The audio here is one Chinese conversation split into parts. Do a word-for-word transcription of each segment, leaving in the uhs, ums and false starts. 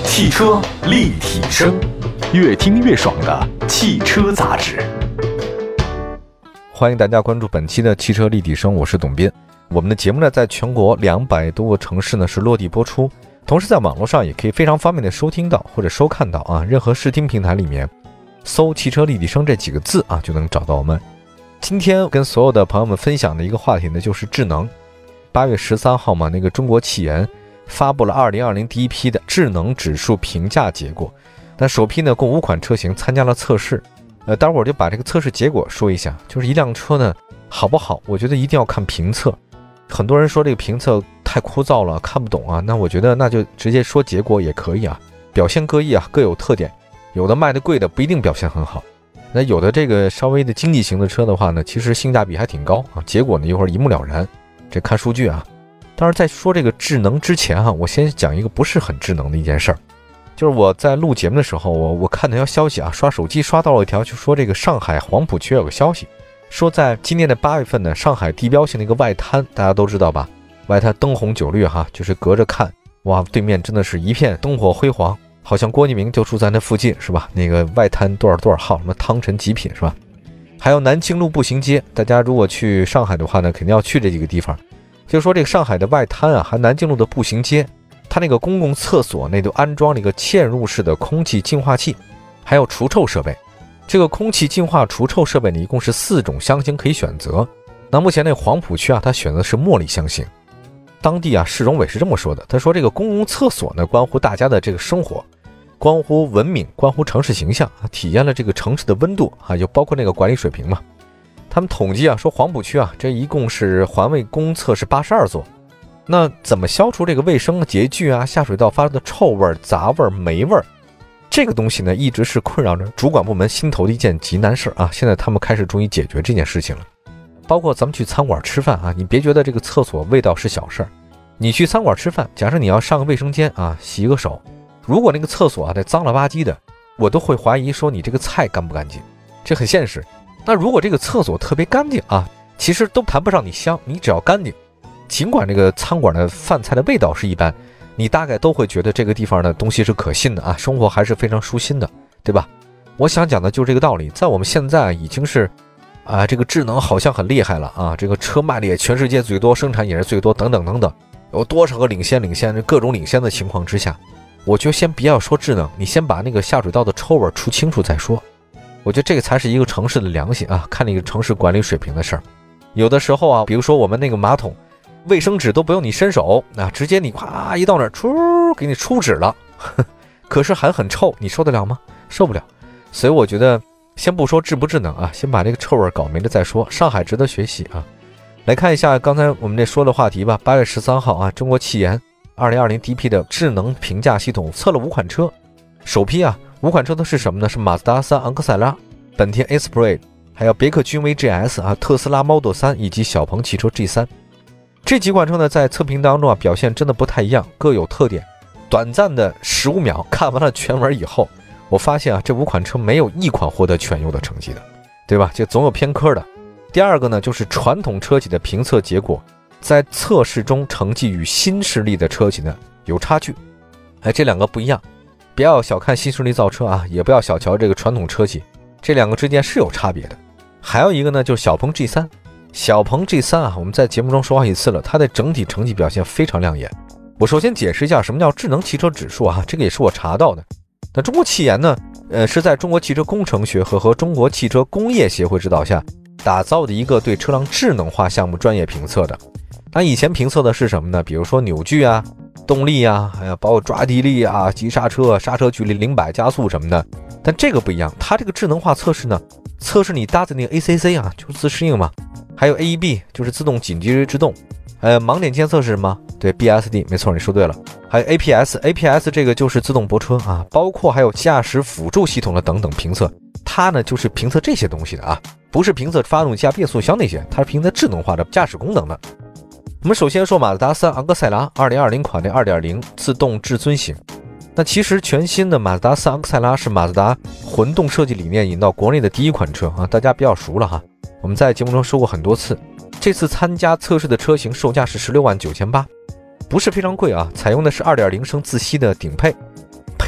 汽车立体声，越听越爽的汽车杂志。 欢迎大家关注本期的汽车立体声，我是董斌。我们的节目呢，在全国两百多个城市呢是落地播出，同时在网络上也可以非常方便的收听到或者收看到啊，任何视听平台里面搜汽车立体声这几个字啊，就能找到我们。今天跟所有的朋友们分享的一个话题呢，就是智能。八月十三号嘛，那个中国汽研发布了二零二零第一批的智能指数评价结果。那首批呢，共五款车型参加了测试。呃，待会儿就把这个测试结果说一下。就是一辆车呢好不好，我觉得一定要看评测。很多人说这个评测太枯燥了，看不懂啊。那我觉得那就直接说结果也可以啊。表现各异啊，各有特点。有的卖的贵的不一定表现很好。那有的这个稍微的经济型的车的话呢，其实性价比还挺高啊。结果呢一会儿一目了然。这看数据啊。当然在说这个智能之前哈、啊，我先讲一个不是很智能的一件事儿，就是我在录节目的时候，我我看到一条消息啊，刷手机刷到了一条，就说这个上海黄浦区有个消息，说在今年的八月份呢，上海地标性的一个外滩，大家都知道吧？外滩灯红酒绿哈，就是隔着看，哇，对面真的是一片灯火辉煌，好像郭敬明就住在那附近是吧？那个外滩多少多少号，什么汤臣极品是吧？还有南京路步行街，大家如果去上海的话呢，肯定要去这几个地方。就是说这个上海的外滩啊，还南京路的步行街，它那个公共厕所那都安装了一个嵌入式的空气净化器，还有除臭设备。这个空气净化除臭设备呢，一共是四种香型可以选择。那目前那个黄浦区啊，它选择的是茉莉香型。当地啊，市容委是这么说的，他说这个公共厕所呢，关乎大家的这个生活，关乎文明，关乎城市形象啊，体验了这个城市的温度啊，就包括那个管理水平嘛。他们统计啊，说黄浦区啊，这一共是环卫公厕是八十二座。那怎么消除这个卫生洁具啊、下水道发出的臭味、杂味、霉味？这个东西呢，一直是困扰着主管部门心头的一件急难事啊。现在他们开始终于解决这件事情了。包括咱们去餐馆吃饭啊，你别觉得这个厕所味道是小事儿。你去餐馆吃饭，假设你要上个卫生间啊，洗个手，如果那个厕所啊在脏了吧唧的，我都会怀疑说你这个菜干不干净，这很现实。那如果这个厕所特别干净啊，其实都谈不上你香，你只要干净，尽管这个餐馆的饭菜的味道是一般，你大概都会觉得这个地方的东西是可信的啊，生活还是非常舒心的，对吧？我想讲的就是这个道理。在我们现在已经是啊，这个智能好像很厉害了啊，这个车卖的也全世界最多，生产也是最多，等等等等，有多少个领先领先各种领先的情况之下，我就先不要说智能，你先把那个下水道的臭味除清楚再说。我觉得这个才是一个城市的良心啊，看那个城市管理水平的事儿。有的时候啊，比如说我们那个马桶卫生纸都不用你伸手啊，直接你咵一到那儿出给你出纸了，呵，可是还很臭，你受得了吗？受不了。所以我觉得先不说智不智能啊，先把这个臭味搞没了再说。上海值得学习啊。来看一下刚才我们这说的话题吧。八月十三号啊，中国汽研二零二零第一批的智能评价系统测了五款车，首批啊。五款车都是什么呢？是马自达三昂克赛拉、本田 Esprit， 还有别克君威 G S 啊、特斯拉 Model 三以及小鹏汽车 G 三。这几款车呢，在测评当中啊，表现真的不太一样，各有特点。短暂的十五秒看完了全文以后，我发现啊，这五款车没有一款获得全优的成绩的，对吧？就总有偏科的。第二个呢，就是传统车企的评测结果，在测试中成绩与新势力的车企呢有差距。哎，这两个不一样。不要小看新势力造车啊，也不要小瞧这个传统车企，这两个之间是有差别的。还有一个呢，就是小鹏 G 三。小鹏 G 三啊，我们在节目中说好几次了，它的整体成绩表现非常亮眼。我首先解释一下什么叫智能汽车指数啊，这个也是我查到的。那中国汽研呢，呃，是在中国汽车工程学和和中国汽车工业协会指导下打造的一个对车辆智能化项目专业评测的。那以前评测的是什么呢？比如说扭矩啊、动力啊，还有包括抓地力啊、急刹车、刹车距离零百加速什么的。但这个不一样，它这个智能化测试呢，测试你搭载那个 A C C 啊，就是自适应嘛，还有 A E B 就是自动紧急制动，呃，盲点监测是什么？对 B S D， 没错，你说对了。还有 A P S，A P S 这个就是自动泊车啊，包括还有驾驶辅助系统的等等评测，它呢就是评测这些东西的啊，不是评测发动机啊、变速箱那些，它是评测智能化的驾驶功能的。我们首先说马自达三昂克赛拉二零二零款的 二点零 自动至尊型。那其实全新的马自达三昂克赛拉是马自达混动设计理念引到国内的第一款车啊，大家比较熟了哈。我们在节目中说过很多次。这次参加测试的车型售价是十六万九千八，不是非常贵啊，采用的是 二点零 升自吸的顶配，配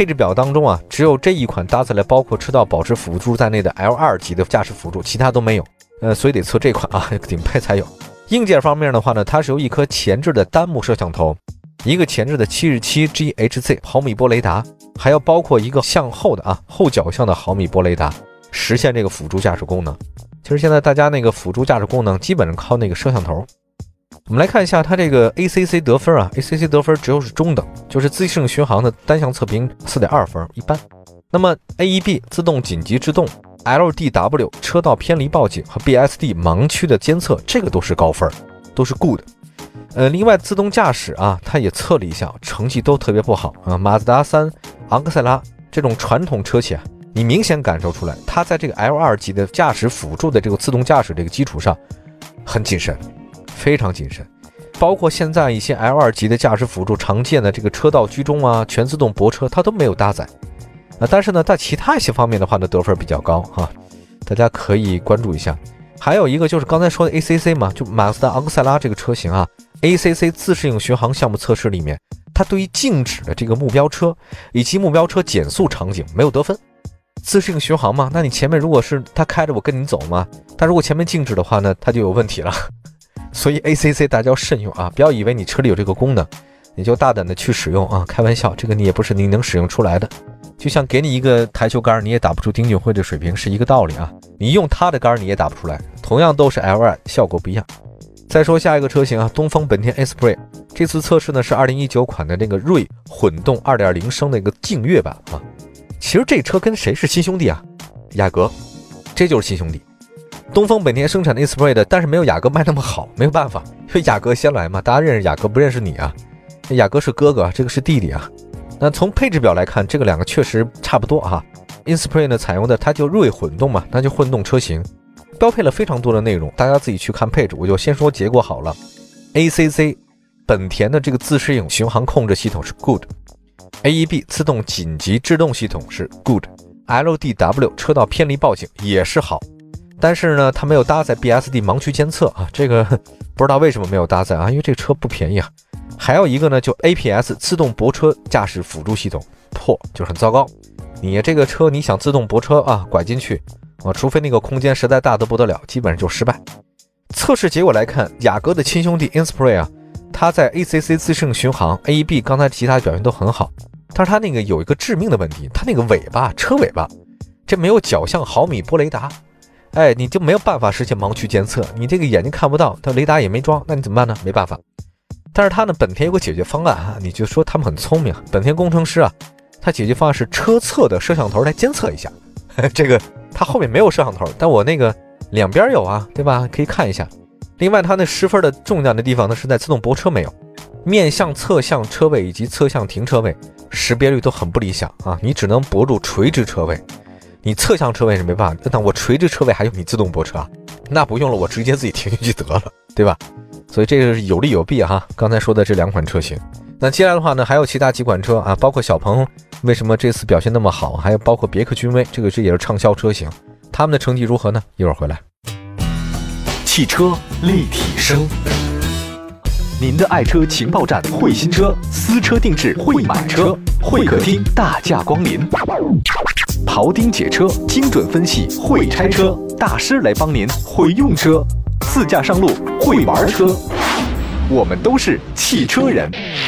配置表当中啊，只有这一款搭载了包括车道保持辅助在内的 L 二 级的驾驶辅助，其他都没有。呃，所以得测这款啊，顶配才有。硬件方面的话呢，它是由一颗前置的单目摄像头，一个前置的七十七 G H Z 毫米波雷达，还要包括一个向后的啊后角向的毫米波雷达，实现这个辅助驾驶功能。其实现在大家那个辅助驾驶功能基本上靠那个摄像头。我们来看一下它这个 A C C 得分啊 ，A C C 得分只有是中等，就是自适应巡航的单向测评 四点二 分，一般。那么 A E B 自动紧急制动、L D W 车道偏离报警和 B S D 盲区的监测，这个都是高分，都是 good。呃，另外自动驾驶啊，它也测了一下，成绩都特别不好啊。马自达三、昂克赛拉这种传统车企啊，你明显感受出来，它在这个 L 二 级的驾驶辅助的这个自动驾驶这个基础上，很谨慎，非常谨慎。包括现在一些 L 二 级的驾驶辅助常见的这个车道居中啊、全自动泊车，它都没有搭载。啊，但是呢，在其他一些方面的话呢，得分比较高哈、啊，大家可以关注一下。还有一个就是刚才说的 A C C 嘛，就马自达昂克赛拉这个车型啊 ，A C C 自适应巡航项目测试里面，它对于静止的这个目标车以及目标车减速场景没有得分。自适应巡航嘛，那你前面如果是他开着我跟你走嘛，他如果前面静止的话呢，他就有问题了。所以 A C C 大家要慎用啊，不要以为你车里有这个功能，你就大胆的去使用啊，开玩笑，这个你也不是你能使用出来的。就像给你一个台球杆，你也打不出丁俊晖的水平是一个道理啊，你用他的杆你也打不出来，同样都是 L 二，效果不一样。再说下一个车型啊，东风本田 Esprit， 这次测试呢是二零一九款的那个锐混动 二点零 升的一个劲越版啊。其实这车跟谁是亲兄弟啊？雅阁，这就是亲兄弟。东风本田生产的 Esprit 的，但是没有雅阁卖那么好，没有办法，因为雅阁先来嘛，大家认识雅阁不认识你啊，雅阁是哥哥，这个是弟弟啊。那从配置表来看，这个两个确实差不多啊。Esprit 呢采用的它就锐混动嘛，那就混动车型，标配了非常多的内容，大家自己去看配置。我就先说结果好了。A C C 本田的这个自适应巡航控制系统是 good，A E B 自动紧急制动系统是 good，L D W 车道偏离报警也是好，但是呢，它没有搭载 B S D 盲区监测啊，这个不知道为什么没有搭载啊，因为这个车不便宜啊。还有一个呢，就 A P S 自动泊车驾驶辅助系统破，就很糟糕。你这个车你想自动泊车啊，拐进去啊，除非那个空间实在大得不得了，基本上就失败。测试结果来看，雅阁的亲兄弟 Esprit 啊，它在 A C C 自适应巡航 A E B 刚才其他表现都很好，但是它那个有一个致命的问题，它那个尾巴车尾巴这没有角向毫米波雷达，哎，你就没有办法实现盲区监测，你这个眼睛看不到，它雷达也没装，那你怎么办呢？没办法。但是它呢，本田有个解决方案啊，你就说他们很聪明，本田工程师啊，他解决方案是车侧的摄像头来监测一下。这个它后面没有摄像头，但我那个两边有啊，对吧？可以看一下。另外，它那十分的重要的地方呢，是在自动泊车没有，面向、侧向车位以及侧向停车位识别率都很不理想啊，你只能泊住垂直车位，你侧向车位是没办法，但我垂直车位还用你自动泊车啊？那不用了，我直接自己停进去得了，对吧？所以这个是有利有弊哈。刚才说的这两款车型，那接下来的话呢，还有其他几款车啊，包括小鹏为什么这次表现那么好，还有包括别克君威，这个这也是畅销车型，他们的成绩如何呢？一会儿回来。 汽车立体声，您的爱车情报站，会新车，私车定制，会买车，会客厅大驾光临，庖丁解车，精准分析，会拆车大师来帮您会用车，自驾上路会玩车，我们都是汽车人。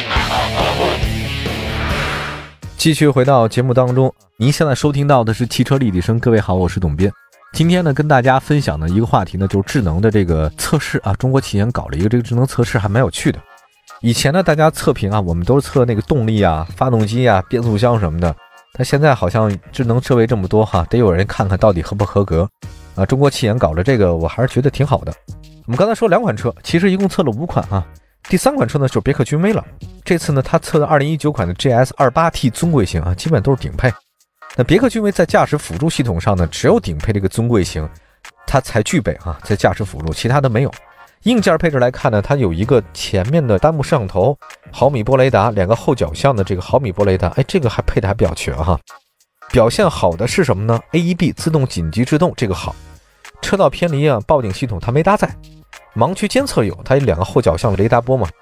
继续回到节目当中，您现在收听到的是汽车立体声。各位好，我是董编。今天呢，跟大家分享的一个话题呢，就是智能的这个测试啊。中国汽研搞了一个这个智能测试，还蛮有趣的。以前呢，大家测评啊，我们都是测那个动力啊、发动机啊、变速箱什么的。但现在好像智能设备这么多哈，得有人看看到底合不合格啊。中国汽研搞了这个，我还是觉得挺好的。我们刚才说两款车，其实一共测了五款啊。第三款车呢，就是别克君威了。这次呢，它测的二零一九款的 G S 二十八 T 尊贵型啊，基本都是顶配。那别克君威在驾驶辅助系统上呢，只有顶配这个尊贵型它才具备啊，在驾驶辅助，其他的没有。硬件配置来看呢，它有一个前面的单目摄像头、毫米波雷达，两个后角向的这个毫米波雷达，哎，这个还配的还比较全哈。表现好的是什么呢 ？A E B 自动紧急制动，这个好。车道偏离啊，报警系统它没搭载。盲区监测有，它有两个后角向的雷达波嘛。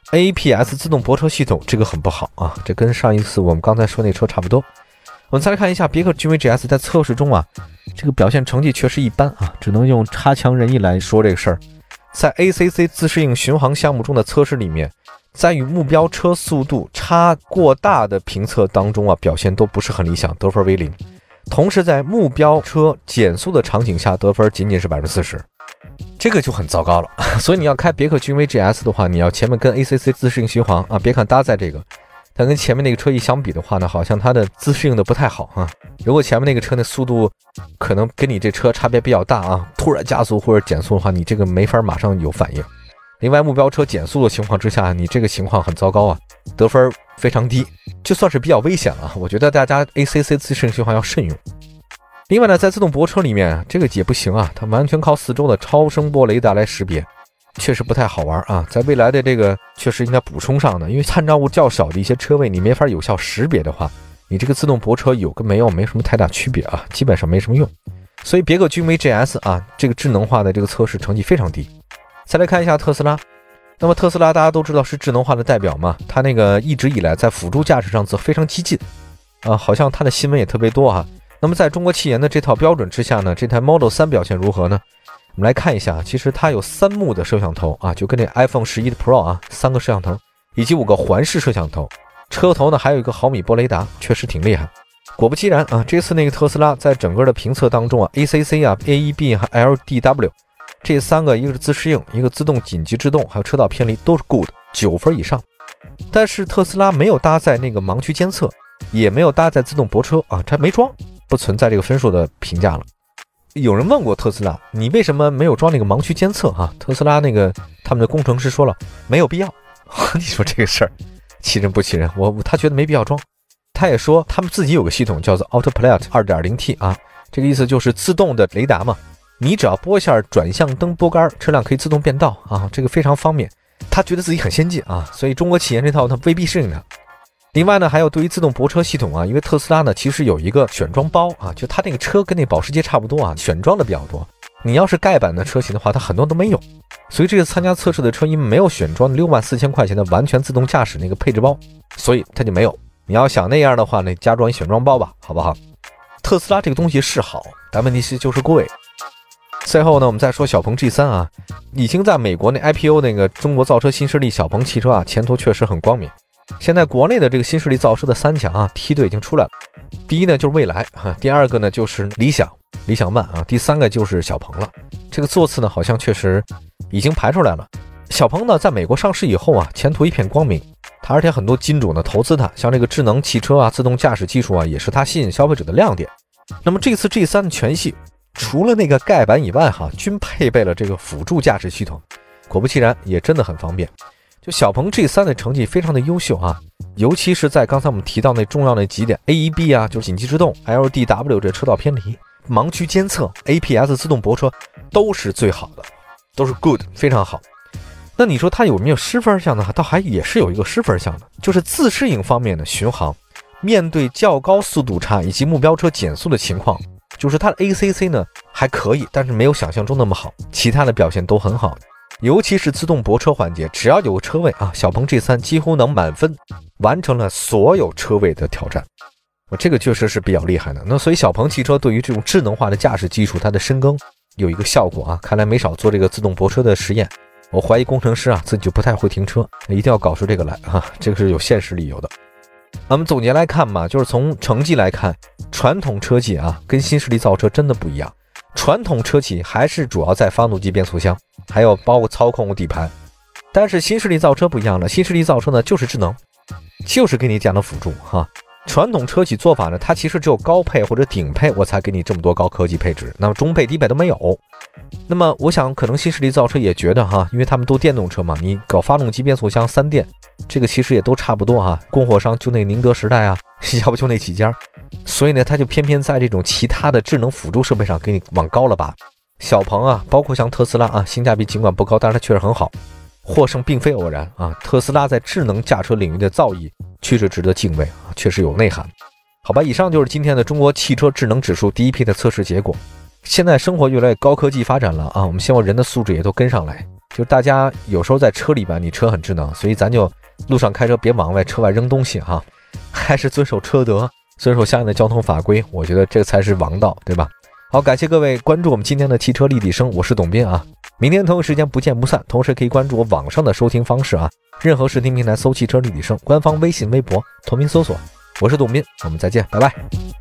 A P S 自动泊车系统这个很不好啊，这跟上一次我们刚才说那车差不多。我们再来看一下别克君威 G S 在测试中啊，这个表现成绩确实一般啊，只能用差强人意来说这个事儿。在 A C C 自适应巡航项目中的测试里面，在与目标车速度差过大的评测当中啊，表现都不是很理想，得分为零。同时在目标车减速的场景下，得分仅仅是 百分之四十， 这个就很糟糕了。所以你要开别克君威 G S 的话，你要前面跟 A C C 自适应巡航啊，别看搭载这个，但跟前面那个车一相比的话呢，好像它的自适应的不太好啊。如果前面那个车的速度可能跟你这车差别比较大啊，突然加速或者减速的话，你这个没法马上有反应。另外目标车减速的情况之下，你这个情况很糟糕啊，得分非常低，就算是比较危险了。我觉得大家 A C C 自适应巡航要慎用。另外呢，在自动泊车里面这个也不行啊，它完全靠四周的超声波雷达来识别，确实不太好玩啊。在未来的这个确实应该补充上的，因为参照物较少的一些车位你没法有效识别的话，你这个自动泊车有跟没有没什么太大区别啊，基本上没什么用。所以别克君威 G S 啊，这个智能化的这个测试成绩非常低。再来看一下特斯拉，那么特斯拉大家都知道是智能化的代表嘛，它那个一直以来在辅助驾驶上则非常激进啊，好像它的新闻也特别多啊。那么在中国汽研的这套标准之下呢，这台 Model 三表现如何呢？我们来看一下，其实它有三目的摄像头啊，就跟这 iPhone 十一的 Pro 啊，三个摄像头以及五个环视摄像头，车头呢还有一个毫米波雷达，确实挺厉害。果不其然啊，这次那个特斯拉在整个的评测当中啊 ，A C C 啊、A E B 和 L D W 这三个，一个是自适应，一个自动紧急制动，还有车道偏离都是 good， 九分以上。但是特斯拉没有搭载那个盲区监测，也没有搭载自动泊车啊，它没装，不存在这个分数的评价了。有人问过特斯拉，你为什么没有装那个盲区监测啊？特斯拉那个他们的工程师说了，没有必要。你说这个事儿气人不气人？我他觉得没必要装。他也说他们自己有个系统叫做 Autopilot 二点零 T 啊，这个意思就是自动的雷达嘛，你只要拨一下转向灯拨杆，车辆可以自动变道啊，这个非常方便。他觉得自己很先进啊，所以中国企业这套他未必适应它。另外呢，还有对于自动泊车系统啊，因为特斯拉呢其实有一个选装包啊，就它那个车跟那保时捷差不多啊，选装的比较多。你要是盖板的车型的话，它很多都没有，所以这个参加测试的车因为没有选装六万四千块钱的完全自动驾驶那个配置包，所以它就没有。你要想那样的话呢，加装一选装包吧，好不好？特斯拉这个东西是好，但问题是就是贵。最后呢，我们再说小鹏 G 三 啊，已经在美国那 I P O 那个中国造车新势力小鹏汽车啊，前途确实很光明。现在国内的这个新势力造车的三强啊，梯队已经出来了。第一呢就是蔚来啊，第二个呢就是理想，理想 ONE 啊，第三个就是小鹏了。这个座次呢好像确实已经排出来了。小鹏呢在美国上市以后啊，前途一片光明。它而且很多金主呢投资它，像这个智能汽车啊、自动驾驶技术啊，也是它吸引消费者的亮点。那么这次 G 三 全系除了那个盖板以外哈，均配备了这个辅助驾驶系统，果不其然也真的很方便。就小鹏 G 三 的成绩非常的优秀啊，尤其是在刚才我们提到那重要的几点 A E B 啊，就是紧急制动 L D W 这车道偏离，盲区监测 A P S 自动泊车都是最好的，都是 good， 非常好。那你说它有没有失分项呢？倒还也是有一个失分项的，就是自适应方面的巡航，面对较高速度差以及目标车减速的情况，就是它的 A C C 呢还可以，但是没有想象中那么好，其他的表现都很好。尤其是自动泊车环节，只要有车位啊，小鹏 G 三 几乎能满分，完成了所有车位的挑战。这个确实是比较厉害的。那所以小鹏汽车对于这种智能化的驾驶技术，它的深耕有一个效果啊，看来没少做这个自动泊车的实验。我怀疑工程师啊自己就不太会停车，一定要搞出这个来啊，这个是有现实理由的。那么总结来看嘛，就是从成绩来看，传统车企啊跟新势力造车真的不一样。传统车企还是主要在发动机、变速箱，还有包括操控底盘。但是新势力造车不一样了，新势力造车呢就是智能，就是给你这样的辅助哈。传统车企做法呢，它其实只有高配或者顶配我才给你这么多高科技配置，那么中配低配都没有。那么我想可能新势力造车也觉得哈，因为他们都电动车嘛，你搞发动机、变速箱三电，这个其实也都差不多哈，供货商就那宁德时代啊，要不就那几家，所以呢他就偏偏在这种其他的智能辅助设备上给你往高了拔。小鹏啊，包括像特斯拉啊，性价比尽管不高，但是它确实很好，获胜并非偶然啊。特斯拉在智能驾车领域的造诣确实值得敬畏啊，确实有内涵。好吧，以上就是今天的中国汽车智能指数第一批的测试结果。现在生活越来越高科技发展了啊，我们希望人的素质也都跟上来。 就是大家有时候在车里边，你车很智能，所以咱就路上开车别往外车外扔东西哈，还是遵守车德，遵守相应的交通法规，我觉得这个才是王道，对吧？好，感谢各位关注我们今天的汽车立体声，我是董斌啊。明天同一时间不见不散，同时可以关注我网上的收听方式啊，任何视听平台搜汽车立体声，官方微信微博同名搜索，我是董斌，我们再见，拜拜。